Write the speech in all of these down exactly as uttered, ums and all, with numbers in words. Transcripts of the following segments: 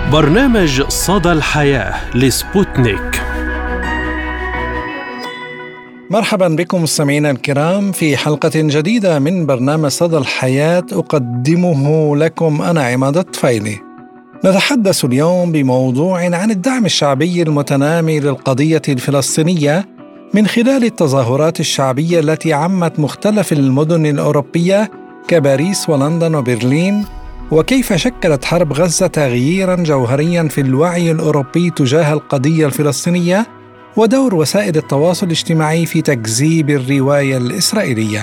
برنامج صدى الحياة لسبوتنيك. مرحبا بكم مستمعينا الكرام في حلقة جديدة من برنامج صدى الحياة أقدمه لكم أنا عماد الطفيلي. نتحدث اليوم بموضوع عن الدعم الشعبي المتنامي للقضية الفلسطينية من خلال التظاهرات الشعبية التي عمت مختلف المدن الأوروبية كباريس ولندن وبرلين، وكيف شكلت حرب غزة تغييراً جوهرياً في الوعي الأوروبي تجاه القضية الفلسطينية، ودور وسائل التواصل الاجتماعي في تكذيب الرواية الإسرائيلية.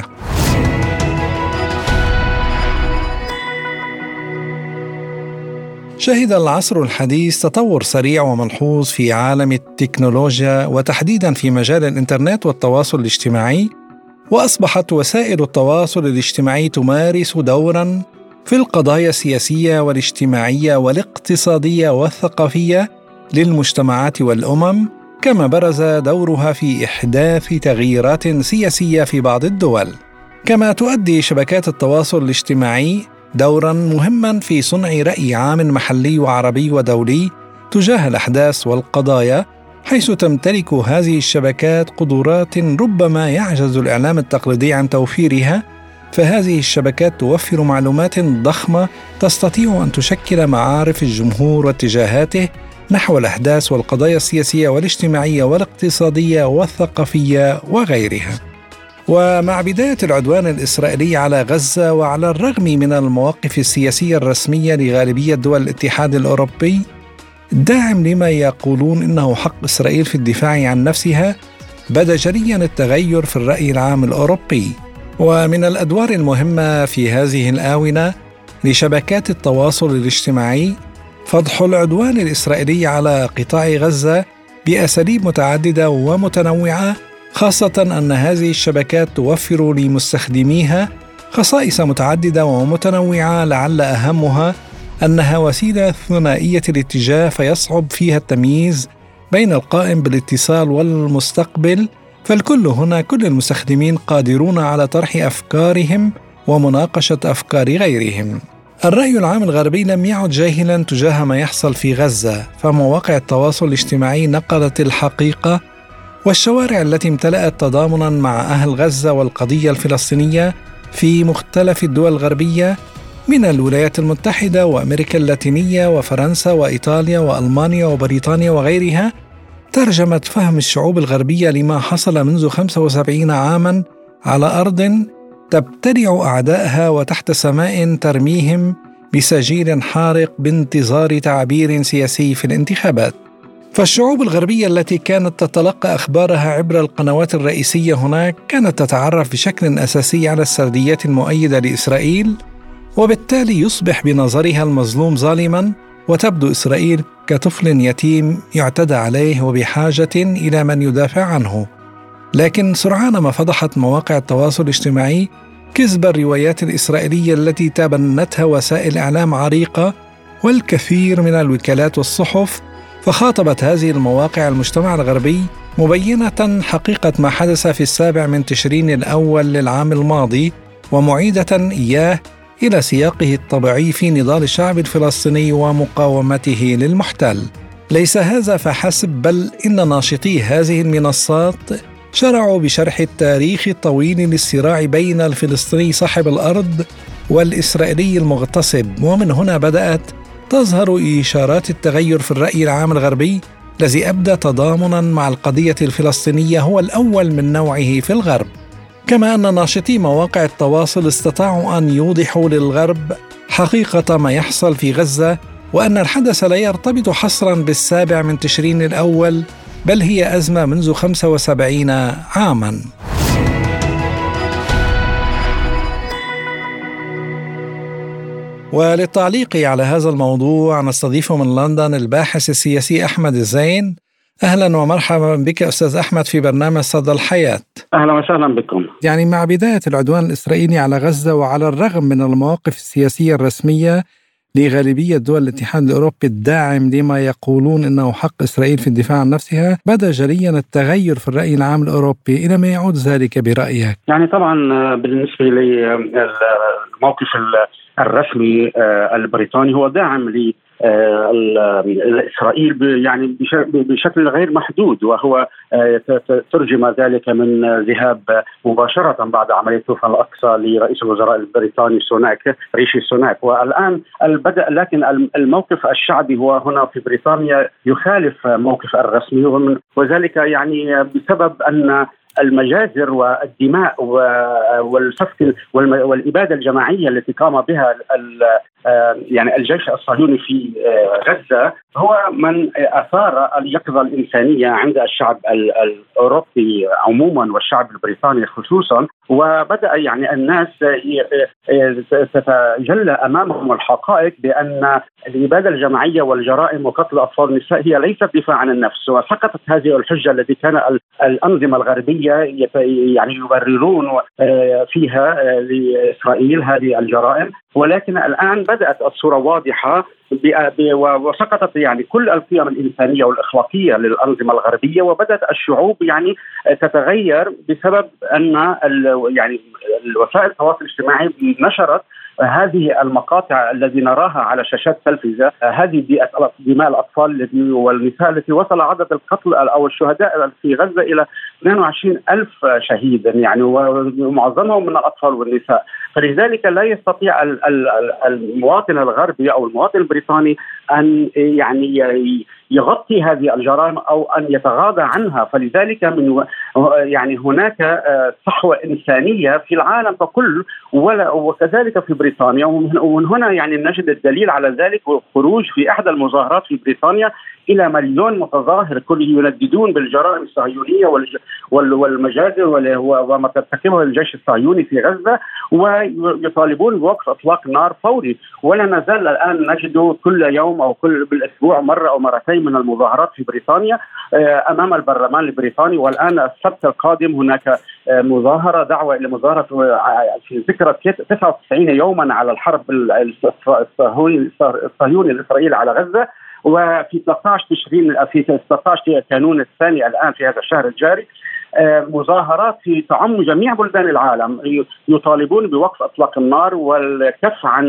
شهد العصر الحديث تطور سريع وملحوظ في عالم التكنولوجيا وتحديداً في مجال الإنترنت والتواصل الاجتماعي، وأصبحت وسائل التواصل الاجتماعي تمارس دوراً في القضايا السياسية والاجتماعية والاقتصادية والثقافية للمجتمعات والأمم، كما برز دورها في إحداث تغييرات سياسية في بعض الدول. كما تؤدي شبكات التواصل الاجتماعي دوراً مهماً في صنع رأي عام محلي وعربي ودولي تجاه الأحداث والقضايا، حيث تمتلك هذه الشبكات قدرات ربما يعجز الإعلام التقليدي عن توفيرها. فهذه الشبكات توفر معلومات ضخمة تستطيع أن تشكل معارف الجمهور واتجاهاته نحو الأحداث والقضايا السياسية والاجتماعية والاقتصادية والثقافية وغيرها. ومع بداية العدوان الإسرائيلي على غزة، وعلى الرغم من المواقف السياسية الرسمية لغالبية دول الاتحاد الأوروبي الداعم لما يقولون إنه حق إسرائيل في الدفاع عن نفسها، بدا جليا التغير في الرأي العام الأوروبي. ومن الأدوار المهمة في هذه الآونة لشبكات التواصل الاجتماعي فضح العدوان الإسرائيلي على قطاع غزة بأساليب متعددة ومتنوعة، خاصة أن هذه الشبكات توفر لمستخدميها خصائص متعددة ومتنوعة، لعل أهمها أنها وسيلة ثنائية الاتجاه، فيصعب فيها التمييز بين القائم بالاتصال والمستقبل، فالكل هنا كل المستخدمين قادرون على طرح أفكارهم ومناقشة أفكار غيرهم. الرأي العام الغربي لم يعد جاهلا تجاه ما يحصل في غزة، فمواقع التواصل الاجتماعي نقلت الحقيقة، والشوارع التي امتلأت تضامنا مع أهل غزة والقضية الفلسطينية في مختلف الدول الغربية من الولايات المتحدة وأمريكا اللاتينية وفرنسا وإيطاليا وألمانيا وبريطانيا وغيرها، ترجمت فهم الشعوب الغربية لما حصل منذ خمسة وسبعين عاما على أرض تبتلع أعدائها وتحت سماء ترميهم بسجيل حارق بانتظار تعبير سياسي في الانتخابات. فالشعوب الغربية التي كانت تتلقى أخبارها عبر القنوات الرئيسية هناك كانت تتعرف بشكل أساسي على السرديات المؤيدة لإسرائيل، وبالتالي يصبح بنظرها المظلوم ظالما، وتبدو إسرائيل كطفل يتيم يعتدى عليه وبحاجة إلى من يدافع عنه. لكن سرعان ما فضحت مواقع التواصل الاجتماعي كذب الروايات الإسرائيلية التي تبنتها وسائل إعلام عريقة والكثير من الوكالات والصحف، فخاطبت هذه المواقع المجتمع الغربي مبينة حقيقة ما حدث في السابع من تشرين الأول للعام الماضي، ومعيدة إياه إلى سياقه الطبيعي في نضال الشعب الفلسطيني ومقاومته للمحتل. ليس هذا فحسب، بل إن ناشطي هذه المنصات شرعوا بشرح التاريخ الطويل للصراع بين الفلسطيني صاحب الأرض والإسرائيلي المغتصب، ومن هنا بدأت تظهر إشارات التغير في الرأي العام الغربي الذي أبدى تضامنا مع القضية الفلسطينية هو الأول من نوعه في الغرب. كما أن ناشطي مواقع التواصل استطاعوا أن يوضحوا للغرب حقيقة ما يحصل في غزة، وأن الحدث لا يرتبط حصرا بالسابع من تشرين الأول، بل هي أزمة منذ خمسة وسبعين عاما. وللتعليق على هذا الموضوع نستضيف من لندن الباحث السياسي أحمد الزين. أهلا ومرحبا بك أستاذ أحمد في برنامج صدى الحياة. أهلا وسهلا بكم. يعني مع بداية العدوان الإسرائيلي على غزة، وعلى الرغم من المواقف السياسية الرسمية لغالبية دول الاتحاد الأوروبي الداعم لما يقولون إنه حق إسرائيل في الدفاع عن نفسها، بدا جليا التغير في الرأي العام الأوروبي. إلى ما يعود ذلك برأيك؟ يعني طبعا بالنسبة للموقف الرسمي البريطاني هو داعم إسرائيل يعني بشكل غير محدود، وهو ترجم ذلك من ذهاب مباشرة بعد عملية طوفان الأقصى لرئيس الوزراء البريطاني سوناك ريشي سوناك. والآن بدأ، لكن الموقف الشعبي هو هنا في بريطانيا يخالف موقف الرسمي، وذلك يعني بسبب أن المجازر والدماء والسفك والإبادة الجماعية التي قام بها يعني الجيش الصهيوني في غزة هو من أثار اليقظة الإنسانية عند الشعب الأوروبي عموما والشعب البريطاني خصوصا، وبدأ يعني الناس تتجلى أمامهم الحقائق بأن الإبادة الجماعية والجرائم وقتل الأطفال والنساء هي ليست دفاع عن النفس. وسقطت هذه الحجة التي كان الأنظمة الغربية يعني يبررون فيها لإسرائيل هذه الجرائم، ولكن الآن بدأت الصورة واضحة وسقطت يعني كل القيم الإنسانية والأخلاقية للأنظمة الغربية، وبدأت الشعوب يعني تتغير بسبب أن يعني الوسائل التواصل الاجتماعي نشرت هذه المقاطع التي نراها على شاشات تلفزة، هذه دماء الأطفال والنساء التي وصل عدد القتل أو الشهداء في غزة إلى اثنين وعشرين ألف شهيدا يعني، ومعظمهم من الأطفال والنساء. فلذلك لا يستطيع المواطن الغربي أو المواطن البريطاني أن يعني يغطي هذه الجرائم أو أن يتغاضى عنها. فلذلك من يعني هناك صحوة إنسانية في العالم ككل وكذلك في بريطانيا، ومن هنا يعني نجد الدليل على ذلك خروج في إحدى المظاهرات في بريطانيا إلى مليون متظاهر كل ينددون بالجرائم الصهيونية والمجازر وما ترتكبه الجيش الصهيوني في غزة، ويطالبون بوقف إطلاق نار فوري. ولا نزال الآن نجد كل يوم أو كل بالأسبوع مرة أو مرتين من المظاهرات في بريطانيا أمام البرلمان البريطاني. والآن السبت القادم هناك مظاهرة دعوة إلى مظاهرة في ذكرى تسعة وتسعين يوما على الحرب الصهيوني الإسرائيلي على غزة، وفي ثلاثة عشر تشرين في ثلاثة عشر كانون الثاني الآن في هذا الشهر الجاري مظاهرات في تعم جميع بلدان العالم يطالبون بوقف إطلاق النار والكف عن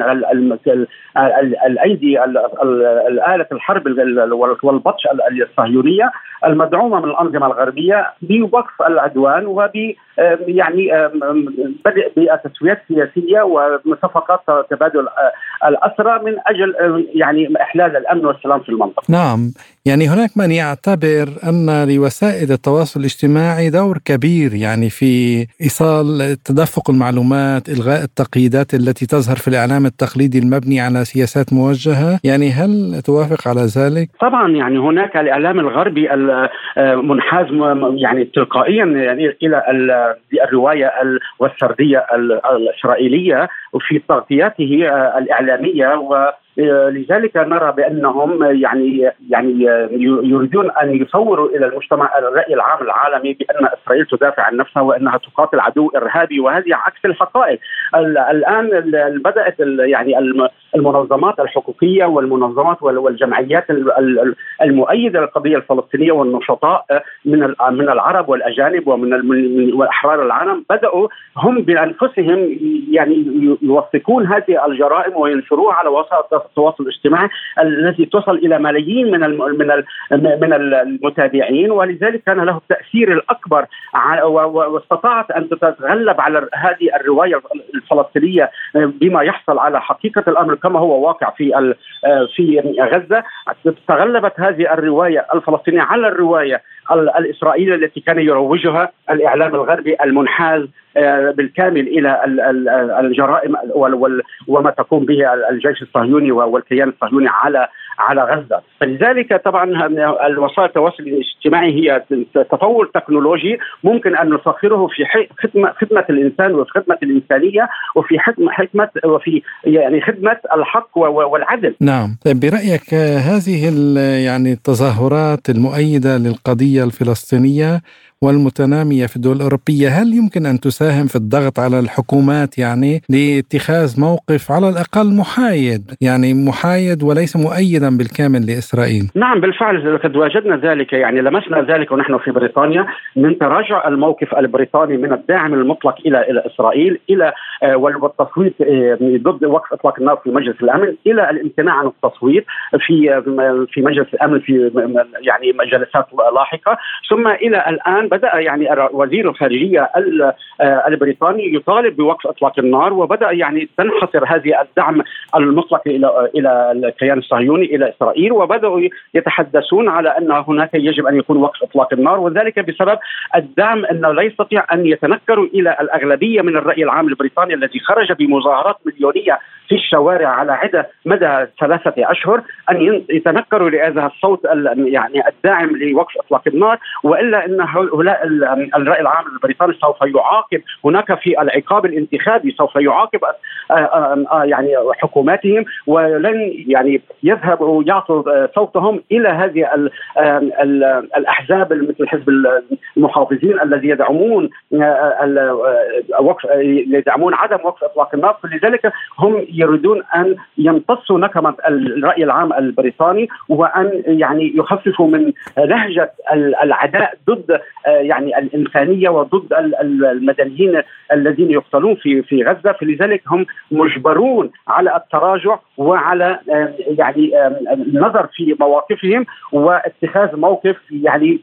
الأيدي الآلة الحرب والبطش الصهيونية المدعومة من الأنظمة الغربية بوقف العدوان وب يعني بدء بتسويات سياسية وصفقات تبادل الأسرى من أجل يعني إحلال الأمن والسلام في المنطقة. نعم، يعني هناك من يعتبر أن لوسائل التواصل الاجتماعي دور كبير يعني في إيصال تدفق المعلومات، إلغاء التقييدات التي تظهر في الإعلام التقليدي المبني على سياسات موجهة. يعني هل توافق على ذلك؟ طبعا، يعني هناك الإعلام الغربي المنحاز يعني تلقائيا يعني إلى الرواية والسردية الإسرائيلية وفي تغطياته الإعلامية، ولذلك نرى بأنهم يعني يعني يريدون أن يصوروا إلى المجتمع الرأي العام العالمي بأن إسرائيل تدافع عن نفسها وأنها تقاتل عدو إرهابي، وهذه عكس الحقائق. الآن بدأت يعني المنظمات الحقوقية والمنظمات والجمعيات المؤيدة للقضية الفلسطينية والنشطاء من من العرب والأجانب ومن أحرار العالم بدأوا هم بأنفسهم يعني يوثقون هذه الجرائم وينشروها على وسائل التواصل الاجتماعي التي تصل إلى ملايين من من من المتابعين، ولذلك كان له التأثير الأكبر واستطاعت أن تتغلب على هذه الرواية الفلسطينية بما يحصل على حقيقة الأمر كما هو واقع في في غزة. تغلبت هذه الرواية الفلسطينية على الرواية الإسرائيلية التي كان يروجها الإعلام الغربي المنحاز بالكامل إلى الجرائم وما تقوم به الجيش الصهيوني والكيان الصهيوني على على غزة. فلذلك طبعا الوسائل التواصل الاجتماعي هي تطور تكنولوجي ممكن أن نسخره في خدمة خدمة الإنسان وفي خدمة الإنسانية وفي حكمة وفي يعني خدمة الحق والعدل. نعم، برأيك هذه يعني التظاهرات المؤيدة للقضية الفلسطينية والمتنامية في الدول الأوروبية، هل يمكن أن تساهم في الضغط على الحكومات يعني لاتخاذ موقف على الأقل محايد، يعني محايد وليس مؤيدا بالكامل لإسرائيل؟ نعم بالفعل قد وجدنا ذلك، يعني لمسنا ذلك ونحن في بريطانيا من تراجع الموقف البريطاني من الداعم المطلق إلى إلى إسرائيل إلى والتصويت ضد وقف إطلاق النار في مجلس الأمن إلى الامتناع عن التصويت في في مجلس الأمن في يعني جلسات لاحقة، ثم إلى الآن بدأ يعني وزير الخارجية البريطاني يطالب بوقف إطلاق النار، وبدأ يعني تنحصر هذه الدعم المطلق إلى إلى الكيان الصهيوني إلى إسرائيل، وبدأوا يتحدثون على أن هناك يجب أن يكون وقف إطلاق النار، وذلك بسبب الدعم أنه لا يستطيع أن يتنكروا إلى الأغلبية من الرأي العام البريطاني الذي خرج بمظاهرات مليونية في الشوارع على عدة مدى ثلاثة أشهر، أن يتنكروا لهذا الصوت يعني الداعم لوقف إطلاق النار، وإلا أن هؤلاء الرأي العام البريطاني سوف يعاقب، هناك في العقاب الانتخابي سوف يعاقب يعني حكوماتهم، ولن يعني يذهبوا يعطوا صوتهم إلى هذه ال ال الأحزاب مثل حزب المحافظين الذي يدعمون وقف يدعمون عدم وقف إطلاق النار. فلذلك هم يريدون أن يمتصوا نكمة الرأي العام البريطاني، وأن يعني يخففوا من لهجة العداء ضد يعني الإنسانية وضد المدنيين الذين يقتلون في في غزة. فلذلك هم مجبرون على التراجع وعلى يعني النظر في مواقفهم واتخاذ موقف يعني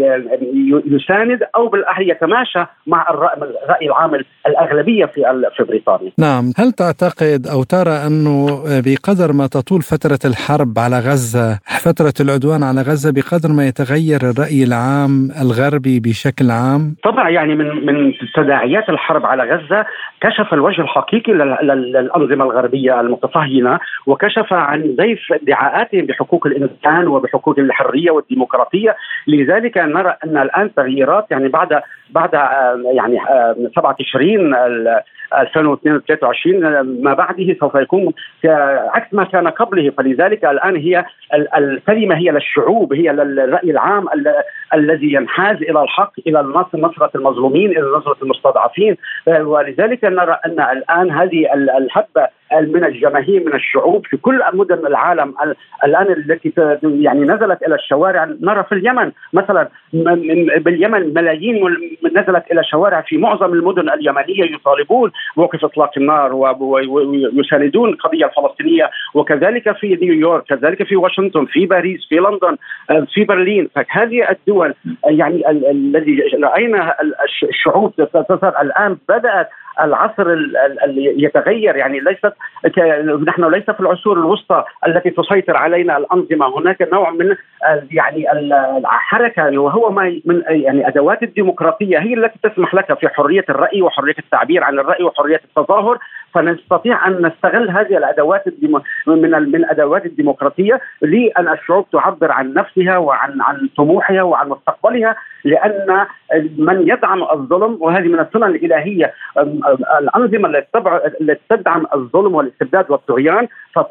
يساند أو بالأحرى يتماشى مع الرأي العام الأغلبية في في بريطانيا. نعم، هل تعتقد أو ترى أنه بقدر ما تطول فترة الحرب على غزة، فترة العدوان على غزة، بقدر ما يتغير الرأي العام الغربي بشكل عام؟ طبعا يعني من من تداعيات الحرب على غزة كشف الوجه الحقيقي للأنظمة الغربية المتطهنة، وكشف عن زيف ادعاءاتهم بحقوق الإنسان وبحقوق الحرية والديمقراطية. لذلك نرى أن الآن تغييرات يعني بعد بعد يعني سبعة تشرين ألفين واثنين وعشرين ما بعده سوف يكون عكس ما كان قبله. فلذلك الآن هي الكلمة هي للشعوب، هي للرأي العام الذي ينحاز إلى الحق، إلى النصر، نصرة المظلومين، إلى نصرة المستضعفين. ولذلك نرى أن الآن هذه الحبة من الجماهير من الشعوب في كل مدن العالم الآن التي يعني نزلت إلى الشوارع. نرى في اليمن مثلا، باليمن ملايين نزلت إلى الشوارع في معظم المدن اليمنية يطالبون بوقف إطلاق النار ويساندون القضية الفلسطينية، وكذلك في نيويورك، كذلك في واشنطن، في باريس، في لندن، في برلين. فهذه الدول يعني الذي رأينا الشعوب تظهر الآن بدأت العصر اللي يتغير، يعني ليست نحن ليس في العصور الوسطى التي تسيطر علينا الأنظمة. هناك نوع من يعني الحركة، وهو ما من يعني أدوات الديمقراطية هي التي تسمح لك في حرية الرأي وحرية التعبير عن الرأي وحرية التظاهر. فنستطيع أن نستغل هذه الأدوات من من الأدوات الديمقراطية لأن الشعوب تعبر عن نفسها وعن عن طموحها وعن مستقبلها، لأن من يدعم الظلم، وهذه من السنن الإلهية، الأنظمة التي تدعم الظلم والاستبداد والطغيان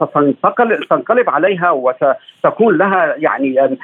فتنقلب عليها وتكون لها يعني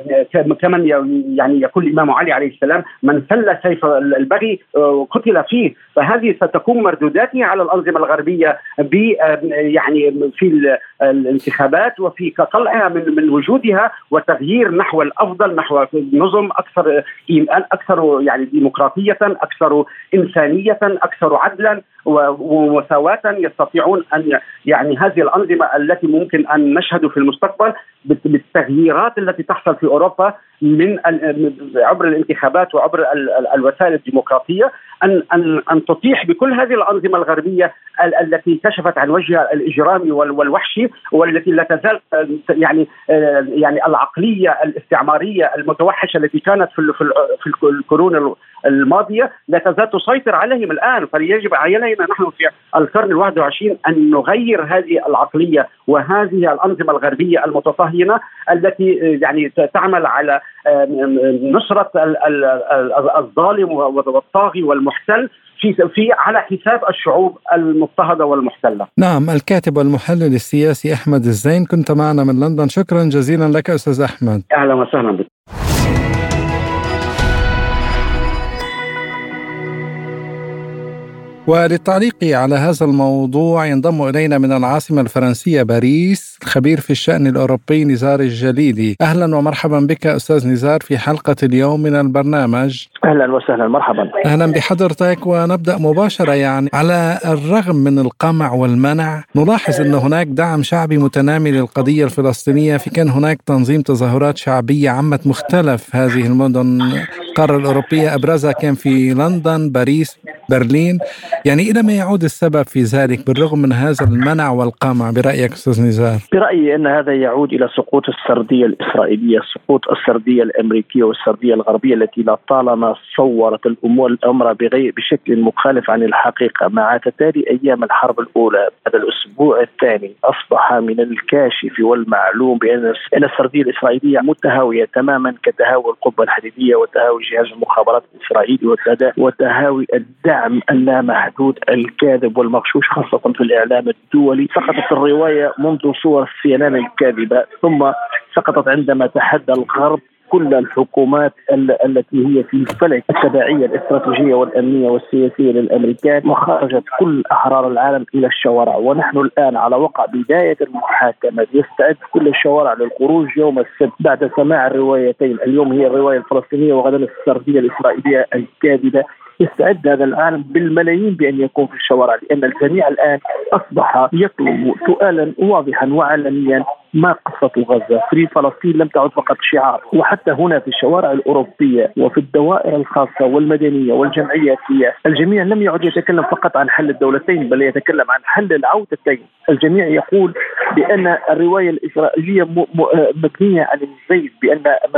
كمن يعني يقول الإمام علي عليه السلام: من سل سيف البغي قتل فيه. فهذه ستكون مردوداتها على الأنظمة الغربية ب يعني في الانتخابات وفي قلعها من من وجودها وتغيير نحو الأفضل، نحو نظم أكثر أكثر يعني ديمقراطية، أكثر إنسانية، أكثر عدلا ومساواة. يستطيعون أن يعني هذه الأنظمة التي ممكن أن نشهد في المستقبل بالتغييرات التي تحصل في أوروبا من عبر الانتخابات وعبر الوسائل الديمقراطية أن أن أن تطيح بكل هذه الأنظمة الغربية التي كشفت عن وجهها الإجرامي والوحشي، والتي لا تزال يعني يعني العقلية الاستعمارية المتوحشة التي كانت في في القرون الماضية لا تزال تسيطر عليهم الآن. فيجب علينا نحن في القرن الواحد والعشرين أن نغير هذه العقلية وهذه الأنظمة الغربية المتطهنة التي يعني تعمل على نصرة الظالم والطاغي والمحتل في في على حساب الشعوب المضطهدة والمحتلة. نعم، الكاتب والمحلل السياسي أحمد الزين، كنت معنا من لندن. شكرا جزيلا لك أستاذ أحمد. أهلا وسهلا بك. وللتعليق على هذا الموضوع ينضم إلينا من العاصمة الفرنسية باريس الخبير في الشأن الأوروبي نزار الجليلي. أهلا ومرحبا بك أستاذ نزار في حلقة اليوم من البرنامج. أهلا وسهلا، مرحبا. أهلا بحضرتك، ونبدأ مباشرة. يعني على الرغم من القمع والمنع نلاحظ أن هناك دعم شعبي متنامي للقضية الفلسطينية، في كان هناك تنظيم تظاهرات شعبية عمت مختلف هذه المدن القارة الأوروبية، أبرزها كان في لندن، باريس، برلين. يعني إلى ما يعود السبب في ذلك بالرغم من هذا المنع والقمع برأيك أستاذ نزار؟ برأيي أن هذا يعود إلى سقوط السردية الإسرائيلية، سقوط السردية الأمريكية والسردية الغربية التي لطالما صورت الأمور الأمر بغير بشكل مخالف عن الحقيقة. مع تتالي أيام الحرب الأولى هذا الأسبوع الثاني أصبح من الكاشف والمعلوم بأن أن السردية الإسرائيلية متهاوية تماما كتهاوي القبة الحديدية وتهاوي جهاز المخابرات الإسرائيلي وتهاوي الدعم اللامحدود الكاذب والمغشوش خاصة في الإعلام الدولي. سقطت الرواية منذ صور سي إن إن الكاذبة، ثم سقطت عندما تحدى الغرب كل الحكومات التي هي في فلك التبعية الاستراتيجية والأمنية والسياسية للأمريكان، وخرجت كل أحرار العالم إلى الشوارع. ونحن الآن على وقع بداية المحاكمة، يستعد كل الشوارع للخروج يوم السبت بعد سماع الروايتين، اليوم هي الرواية الفلسطينية وغدا السردية الإسرائيلية الكاذبة. يستعد هذا العالم بالملايين بأن يكون في الشوارع، لأن الجميع الآن أصبح يطلب سؤالا واضحا وعلنيا: ما قصة غزة؟ في فلسطين لم تعد فقط شعار. وحتى هنا في الشوارع الأوروبية وفي الدوائر الخاصة والمدنية والجمعياتية الجميع لم يعد يتكلم فقط عن حل الدولتين، بل يتكلم عن حل العودتين. الجميع يقول بأن الرواية الإسرائيلية مبنية على الزيف، بأن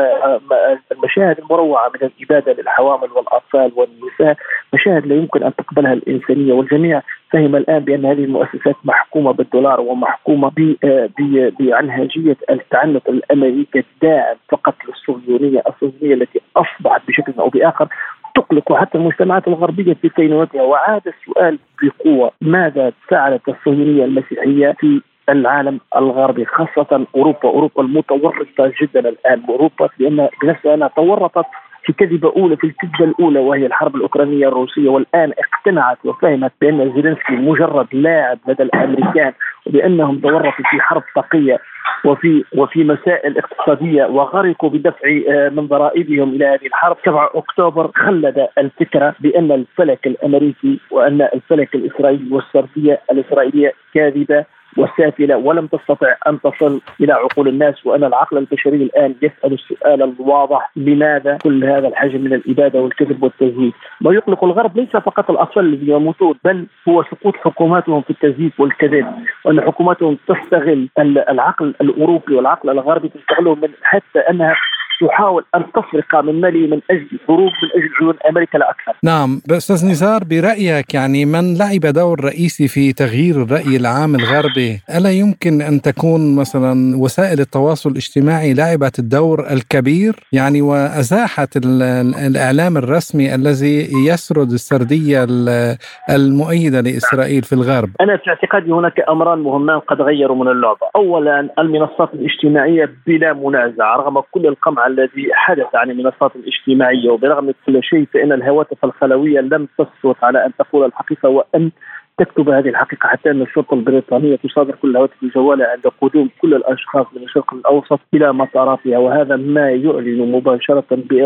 المشاهد المروعة من الإبادة للحوامل والأطفال والنساء مشاهد لا يمكن أن تقبلها الإنسانية. والجميع فهم الآن بأن هذه المؤسسات محكومة بالدولار ومحكومة بعنهاجية التعنت الأمريكي الداعم فقط للصهيونية الصهيونية التي أصبحت بشكل أو بآخر تقلق حتى المجتمعات الغربية في كينونتها. وعاد السؤال بقوة: ماذا فعلت الصهيونية المسيحية في العالم الغربي، خاصة أوروبا؟ أوروبا المتورطة جدا الآن، أوروبا لأن بنفسها أنها تورطت في كذبة أولى، في الكذبة الأولى وهي الحرب الأوكرانية الروسية، والآن اقتنعت وفهمت بأن زيلينسكي مجرد لاعب لدى الأمريكان، وبأنهم تورطوا في حرب طاقية وفي وفي مسائل اقتصادية، وغرقوا بدفع من ضرائبهم إلى هذه الحرب. سبعة أكتوبر خلد الفكرة بأن الفلك الأمريكي وأن الفلك الإسرائيلي والسردية الإسرائيلية كاذبة وسافلة ولم تستطع أن تصل إلى عقول الناس، وأن العقل البشري الآن يسأل السؤال الواضح: لماذا كل هذا الحجم من الإبادة والكذب والتزييف؟ ما يقلق الغرب ليس فقط الأطفال الذين يموتون، بل هو سقوط حكوماتهم في التزييف والكذب، وأن حكوماتهم تستغل العقل الأوروبي والعقل الغربي، تستغله من حتى أنها تحاول أن تسرق من مالي من أجل ضروب من أجل عيون أمريكا لا أكثر. نعم، أستاذ نزار برأيك يعني من لعب دور رئيسي في تغيير الرأي العام الغربي؟ ألا يمكن أن تكون مثلا وسائل التواصل الاجتماعي لعبت الدور الكبير يعني وأزاحت الإعلام الرسمي الذي يسرد السردية المؤيدة لإسرائيل في الغرب؟ أنا في اعتقادي هناك أمران مهمان قد غيروا من اللعبة. أولا المنصات الاجتماعية بلا منازع، رغم كل القمع الذي حدث عن المنصات الاجتماعية وبرغم كل شيء، فإن الهواتف الخلوية لم تصوت على أن تقول الحقيقة وأن تكتب هذه الحقيقة، حتى أن الشرطة البريطانية تصادر كل الهواتف الجوالة عند قدوم كل الأشخاص من الشرق الأوسط إلى مطاراتها. وهذا ما يعلن مباشرة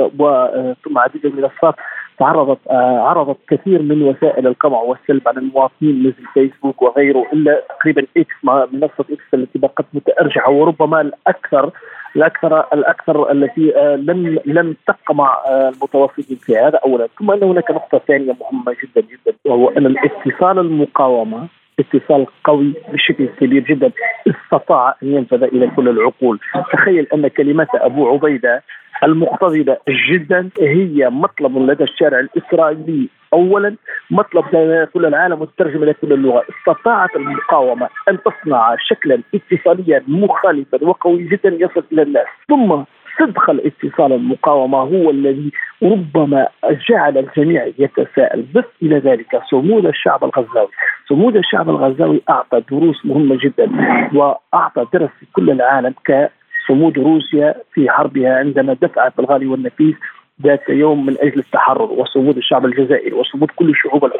ثم عديد من المنصات تعرضت عرضت كثير من وسائل القمع والسلب عن المواطنين مثل فيسبوك وغيره، إلا تقريبا إكس، منصة إكس التي بقت متأرجحة وربما الأكثر الأكثر الأكثر التي لم لم تقمع المتواصلين فيها. هذا أولا. ثم أن هناك نقطة ثانية مهمة جدا جدا، وهو أن الاتصال المقاومة اتصال قوي بشكل كبير جدا استطاع أن ينفذ إلى كل العقول. تخيل أن كلمات أبو عبيدة المقتضبة جدا هي مطلب لدى الشارع الإسرائيلي أولا، مطلب كل العالم وتترجم إلى كل اللغة. استطاعت المقاومة أن تصنع شكلا اتصاليا مخالفا وقوي جدا يصل إلى الناس. ثم صدق الاتصال المقاومة هو الذي ربما جعل الجميع يتساءل. بس إلى ذلك صمود الشعب الغزاوي صمود الشعب الغزاوي أعطى دروس مهمة جدا، وأعطى درس في كل العالم كصمود روسيا في حربها عندما دفعت الغالي والنفيس ذات يوم من أجل التحرر، وصمود الشعب الجزائري، وصمود كل الشعوب الحرة.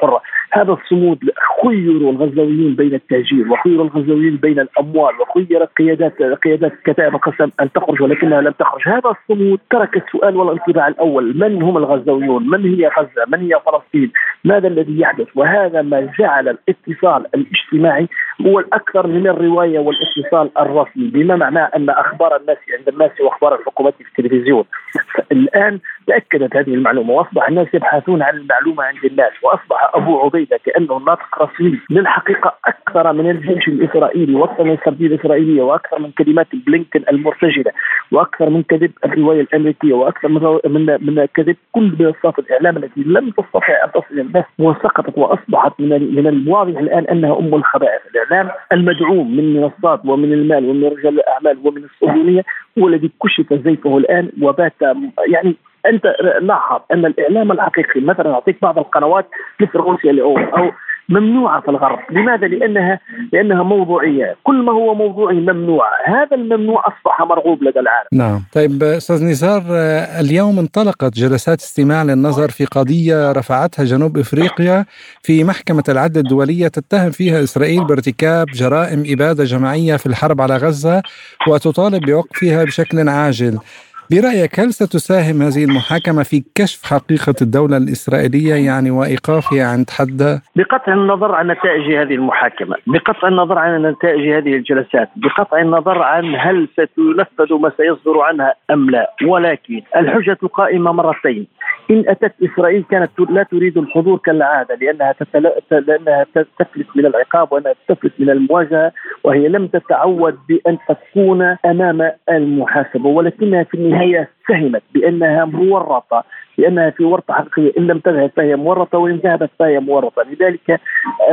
هذا الصمود خيروا الغزاويين بين التهجير وخيروا الغزاويين بين الأموال وخيرت قيادات قيادات كتائب القسم أن تخرج ولكنها لم تخرج. هذا الصمود ترك السؤال والانطباع الأول: من هم الغزاويون؟ من هي غزة؟ من هي فلسطين؟ ماذا الذي يحدث؟ وهذا ما جعل الاتصال الاجتماعي هو الأكثر من الرواية والاتصال الرسمي، بما معناه أن أخبار الناس عند الناس وأخبار الحكومات في التلفزيون. الآن تأكدت هذه المعلومة وأصبح الناس يبحثون عن المعلومة عند الناس، وأصبح أبو عبيدة كأنه ناطق رسمي للحقيقة أكثر من الجيش الإسرائيلي وأكثر من السردية الإسرائيلية وأكثر من كلمات بلينكن المرتجلة وأكثر من كذب الرواية الأمريكية وأكثر من من من كذب كل منصات الإعلام التي لم تستطع أن تصل الناس وسقطت وأصبحت من من الواضح الآن أنها أم الخبائث. الإعلام المدعوم من منصات ومن المال ومن رجال الأعمال ومن الصهيونية هو الذي كشف زيفه الآن وبات يعني. أنت لاحظ أن الإعلام الحقيقي مثلا أعطيك بعض القنوات مثل روسيا اليوم أو ممنوعة في الغرب. لماذا؟ لأنها لأنها موضوعية. كل ما هو موضوعي ممنوع. هذا الممنوع أصبح مرغوب لدى العالم. نعم. طيب أستاذ نزار، اليوم انطلقت جلسات استماع للنظر في قضية رفعتها جنوب إفريقيا في محكمة العدل الدولية تتهم فيها إسرائيل بارتكاب جرائم إبادة جماعية في الحرب على غزة وتطالب بوقفها بشكل عاجل. برأيك هل ستساهم هذه المحاكمة في كشف حقيقة الدولة الإسرائيلية يعني وإيقافها عند حدها؟ بقطع النظر عن نتائج هذه المحاكمة، بقطع النظر عن نتائج هذه الجلسات، بقطع النظر عن هل ستنفذ ما سيصدر عنها أم لا، ولكن الحجة قائمة مرتين. إن أتت إسرائيل كانت لا تريد الحضور كالعادة لأنها تتل... لأنها تفلت من العقاب وأنها تفلت من المواجهة، وهي لم تتعود بأن تكون أمام المحاسبة، ولكنها في النهاية ساهمت بأنها مورطة، لأنها في ورطة حقيقية. إن لم تذهب فهي مورطة وإن ذهبت فهي مورطة. لذلك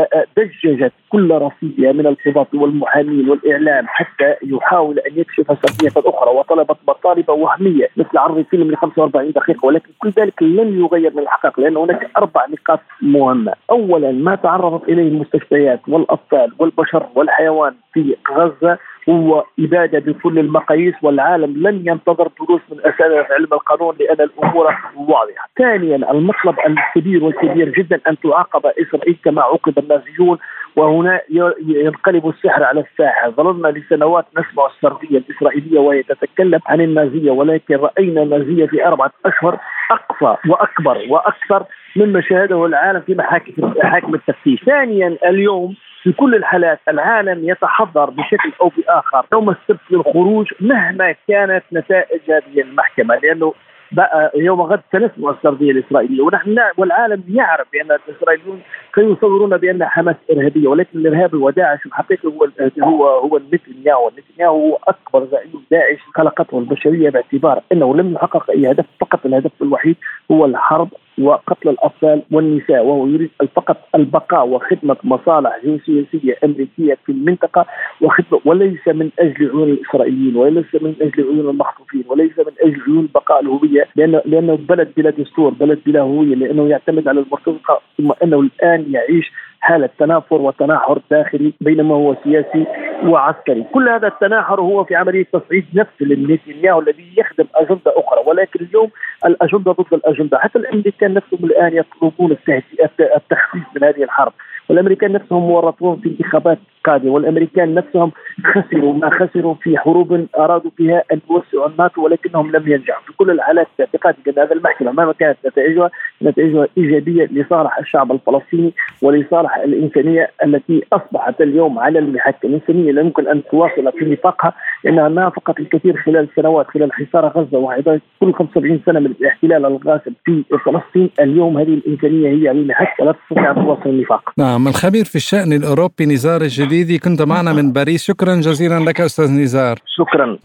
دججت كل رصيدها من القضاة والمحامين والإعلام حتى يحاول أن يكشف سردية أخرى، وطلبت مطالب وهمية مثل عرض فيلم ل خمسة وأربعين دقيقة، ولكن كل ذلك لن يغير من الحقائق، لأن هناك أربع نقاط مهمة. أولا، ما تعرضت إليه المستشفيات والأطفال والبشر والحيوان في غزة هو إبادة بكل المقاييس، والعالم لن ينتظر دروس من أساتذة علم القانون لأن الأمور واضحة. ثانيا، المطلب الكبير والكبير جدا أن تعاقب إسرائيل كما عوقب النازيون، وهنا ينقلب السحر على الساحر. ظللنا لسنوات نسمع السردية الإسرائيلية وهي تتكلم عن النازية، ولكن رأينا النازية في أربعة أشهر أقصى وأكبر وأكثر مما شاهده العالم في محاكم التفتيش. ثانيا، اليوم في كل الحالات العالم يتحضر بشكل أو بآخر يوم السبت للخروج مهما كانت نتائج هذه المحكمة، لأنه بقى يوم غد سنسمع السردية الإسرائيلية، ونحن والعالم يعرف بأن الإسرائيليون كانوا يصورون بأن حماس إرهابية، ولكن الإرهاب وداعش الحقيقي هو هو هو نتنياهو. نتنياهو هو أكبر زعيم داعش خلقته البشرية، باعتبار أنه لم يحقق أي هدف، فقط الهدف الوحيد هو الحرب وقتل الأطفال والنساء، وهو يريد فقط البقاء وخدمة مصالح جيوسياسية أمريكية في المنطقة، وخدمة وليس من أجل عيون الإسرائيليين وليس من أجل عيون المخطوفين وليس من أجل عيون بقاء الهوية، لأنه لأنه بلد بلا دستور، بلد بلا هوية، لأنه يعتمد على المرتزقة، ثم أنه الآن يعيش حالة تنافر وتناحر داخلي بينما هو سياسي وعسكري. كل هذا التناحر هو في عملية تصعيد نفس لنتنياهو الذي يخدم أجندة أخرى، ولكن اليوم الأجندة ضد الأجندة. حتى الأمريكان نفسهم الآن يطلبون التخفيف من هذه الحرب، والأمريكان نفسهم مورطون في انتخابات قادمة، والأمريكان نفسهم خسروا ما خسروا في حروب أرادوا فيها أن يوسعوا الناتو ولكنهم لم ينجحوا. في كل الحالات اعتقادي أن هذه المحكمة مهما كانت نتائجها نتائجها إيجابية لصالح الشعب الفلسطيني ولصالح الإنسانية التي أصبحت اليوم على المحك. الإنسانية لا يمكن أن تواصل في نطاقها لأنها نافقت الكثير خلال سنوات، خلال حصار غزة وعدة كل خمسة وسبعين سنة من الاحتلال الغاصب في فلسطين. اليوم هذه الإنسانية هي على المحك ولا تستطيع أن تواصل النفاق. نعم. الخبير في الشأن الأوروبي نزار الجديدي، كنت معنا من باريس. شكرا جزيلا لك أستاذ نزار. شكرا.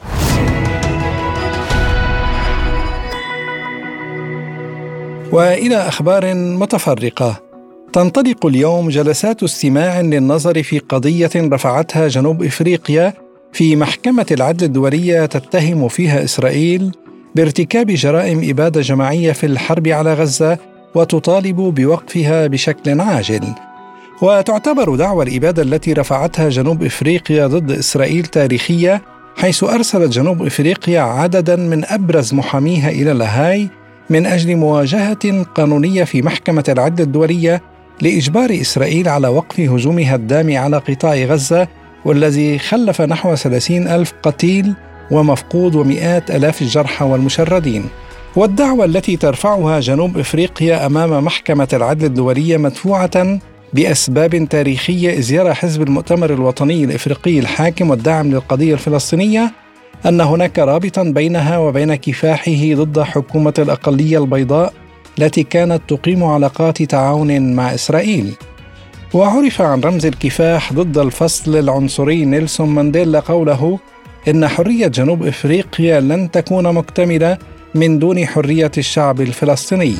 وإلى أخبار متفرقة. تنطلق اليوم جلسات استماع للنظر في قضية رفعتها جنوب إفريقيا في محكمة العدل الدولية تتهم فيها إسرائيل بارتكاب جرائم إبادة جماعية في الحرب على غزة وتطالب بوقفها بشكل عاجل. وتعتبر دعوى الإبادة التي رفعتها جنوب إفريقيا ضد إسرائيل تاريخية، حيث أرسلت جنوب إفريقيا عددا من أبرز محاميها إلى لاهاي من أجل مواجهة قانونية في محكمة العدل الدولية لإجبار إسرائيل على وقف هجومها الدامي على قطاع غزة، والذي خلف نحو ثلاثين ألف قتيل ومفقود ومئات ألاف الجرحى والمشردين. والدعوة التي ترفعها جنوب إفريقيا أمام محكمة العدل الدولية مدفوعة بأسباب تاريخية، إذ يرى حزب المؤتمر الوطني الإفريقي الحاكم والداعم للقضية الفلسطينية أن هناك رابطا بينها وبين كفاحه ضد حكومة الأقلية البيضاء التي كانت تقيم علاقات تعاون مع إسرائيل. وعرف عن رمز الكفاح ضد الفصل العنصري نيلسون مانديلا قوله إن حرية جنوب إفريقيا لن تكون مكتملة من دون حرية الشعب الفلسطيني.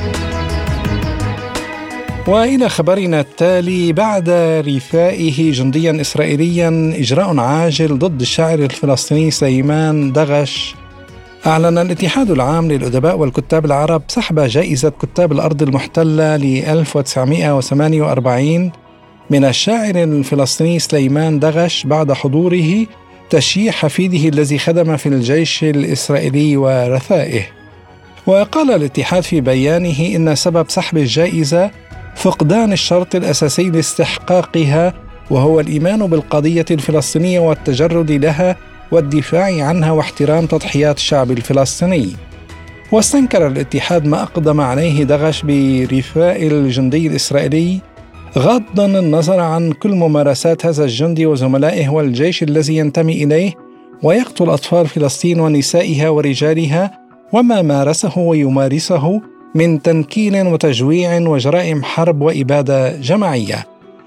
وإلى خبرنا التالي، بعد رثائه جنديا إسرائيليا إجراء عاجل ضد الشاعر الفلسطيني سليمان دغش، أعلن الاتحاد العام للأدباء والكتاب العرب سحب جائزة كتاب الأرض المحتلة ل ألف وتسعمئة وثمانية وأربعين من الشاعر الفلسطيني سليمان دغش بعد حضوره تشييع حفيده الذي خدم في الجيش الإسرائيلي ورثائه. وقال الاتحاد في بيانه إن سبب سحب الجائزة فقدان الشرط الأساسي لاستحقاقها، وهو الإيمان بالقضية الفلسطينية والتجرد لها والدفاع عنها واحترام تضحيات الشعب الفلسطيني. واستنكر الاتحاد ما أقدم عليه دغش برثاء الجندي الإسرائيلي، غضا النظر عن كل ممارسات هذا الجندي وزملائه والجيش الذي ينتمي إليه ويقتل أطفال فلسطين ونسائها ورجالها، وما مارسه ويمارسه من تنكيل وتجويع وجرائم حرب وإبادة جماعية.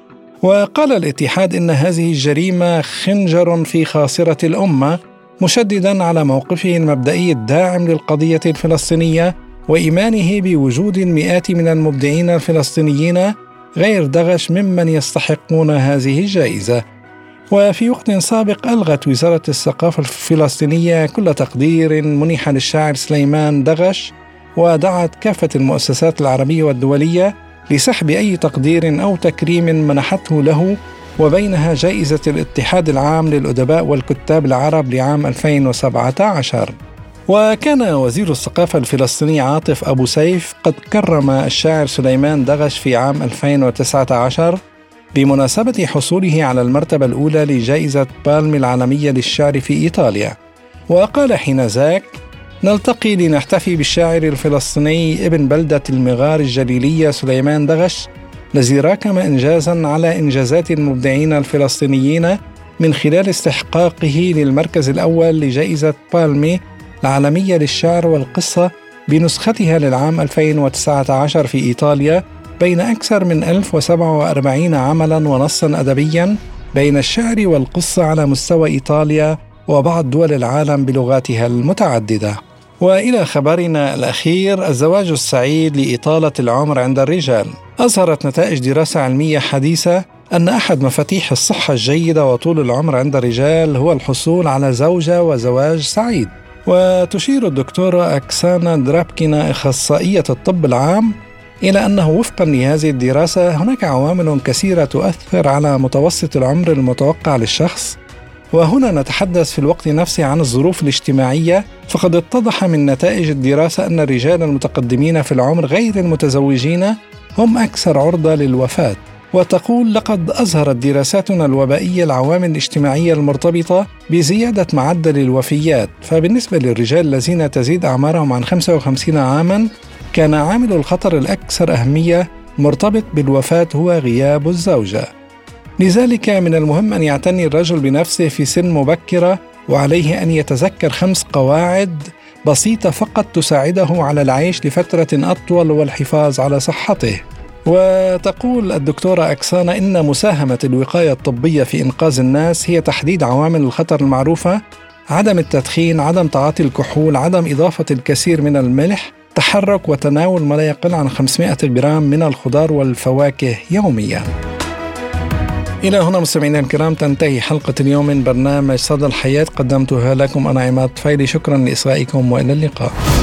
وقال الاتحاد إن هذه الجريمة خنجر في خاصرة الأمة، مشددا على موقفه المبدئي الداعم للقضية الفلسطينية وإيمانه بوجود المئات من المبدعين الفلسطينيين غير دغش ممن يستحقون هذه الجائزة. وفي وقت سابق ألغت وزارة الثقافة الفلسطينية كل تقدير منح للشاعر سليمان دغش، ودعت كافة المؤسسات العربية والدولية لسحب أي تقدير أو تكريم منحته له، وبينها جائزة الاتحاد العام للأدباء والكتاب العرب لعام ألفين وسبعة عشر. وكان وزير الثقافة الفلسطيني عاطف أبو سيف قد كرم الشاعر سليمان دغش في عام ألفين وتسعة عشر بمناسبة حصوله على المرتبة الأولى لجائزة بالمي العالمية للشعر في إيطاليا. وقال حينذاك: نلتقي لنحتفي بالشاعر الفلسطيني ابن بلدة المغار الجليلية سليمان دغش، الذي راكم إنجازا على إنجازات المبدعين الفلسطينيين من خلال استحقاقه للمركز الأول لجائزة بالمي العالمية للشعر والقصة بنسختها للعام ألفين وتسعة عشر في إيطاليا، بين أكثر من ألف وسبعة وأربعين عملا ونصا أدبيا بين الشعر والقصة على مستوى إيطاليا وبعض دول العالم بلغاتها المتعددة. وإلى خبرنا الأخير، الزواج السعيد لإطالة العمر عند الرجال. أظهرت نتائج دراسة علمية حديثة أن أحد مفاتيح الصحة الجيدة وطول العمر عند الرجال هو الحصول على زوجة وزواج سعيد. وتشير الدكتورة أكسانا درابكينا أخصائية الطب العام إلى أنه وفقا لهذه الدراسة هناك عوامل كثيرة تؤثر على متوسط العمر المتوقع للشخص، وهنا نتحدث في الوقت نفسه عن الظروف الاجتماعية. فقد اتضح من نتائج الدراسة أن الرجال المتقدمين في العمر غير المتزوجين هم أكثر عرضة للوفاة. وتقول: لقد أظهرت دراساتنا الوبائية العوامل الاجتماعية المرتبطة بزيادة معدل الوفيات. فبالنسبة للرجال الذين تزيد أعمارهم عن خمسة وخمسين عاما، كان عامل الخطر الأكثر أهمية مرتبط بالوفاة هو غياب الزوجة. لذلك من المهم أن يعتني الرجل بنفسه في سن مبكرة، وعليه أن يتذكر خمس قواعد بسيطة فقط تساعده على العيش لفترة أطول والحفاظ على صحته. وتقول الدكتورة أكسانا إن مساهمة الوقاية الطبية في إنقاذ الناس هي تحديد عوامل الخطر المعروفة: عدم التدخين، عدم تعاطي الكحول، عدم إضافة الكثير من الملح، تحرك وتناول ما لا يقل عن خمسمائة جرام من الخضار والفواكه يوميا. إلى هنا مستمعينا الكرام تنتهي حلقة اليوم من برنامج صدى الحياة، قدمتها لكم أنا عماد طفيلي. شكرا لإصغائكم وإلى اللقاء.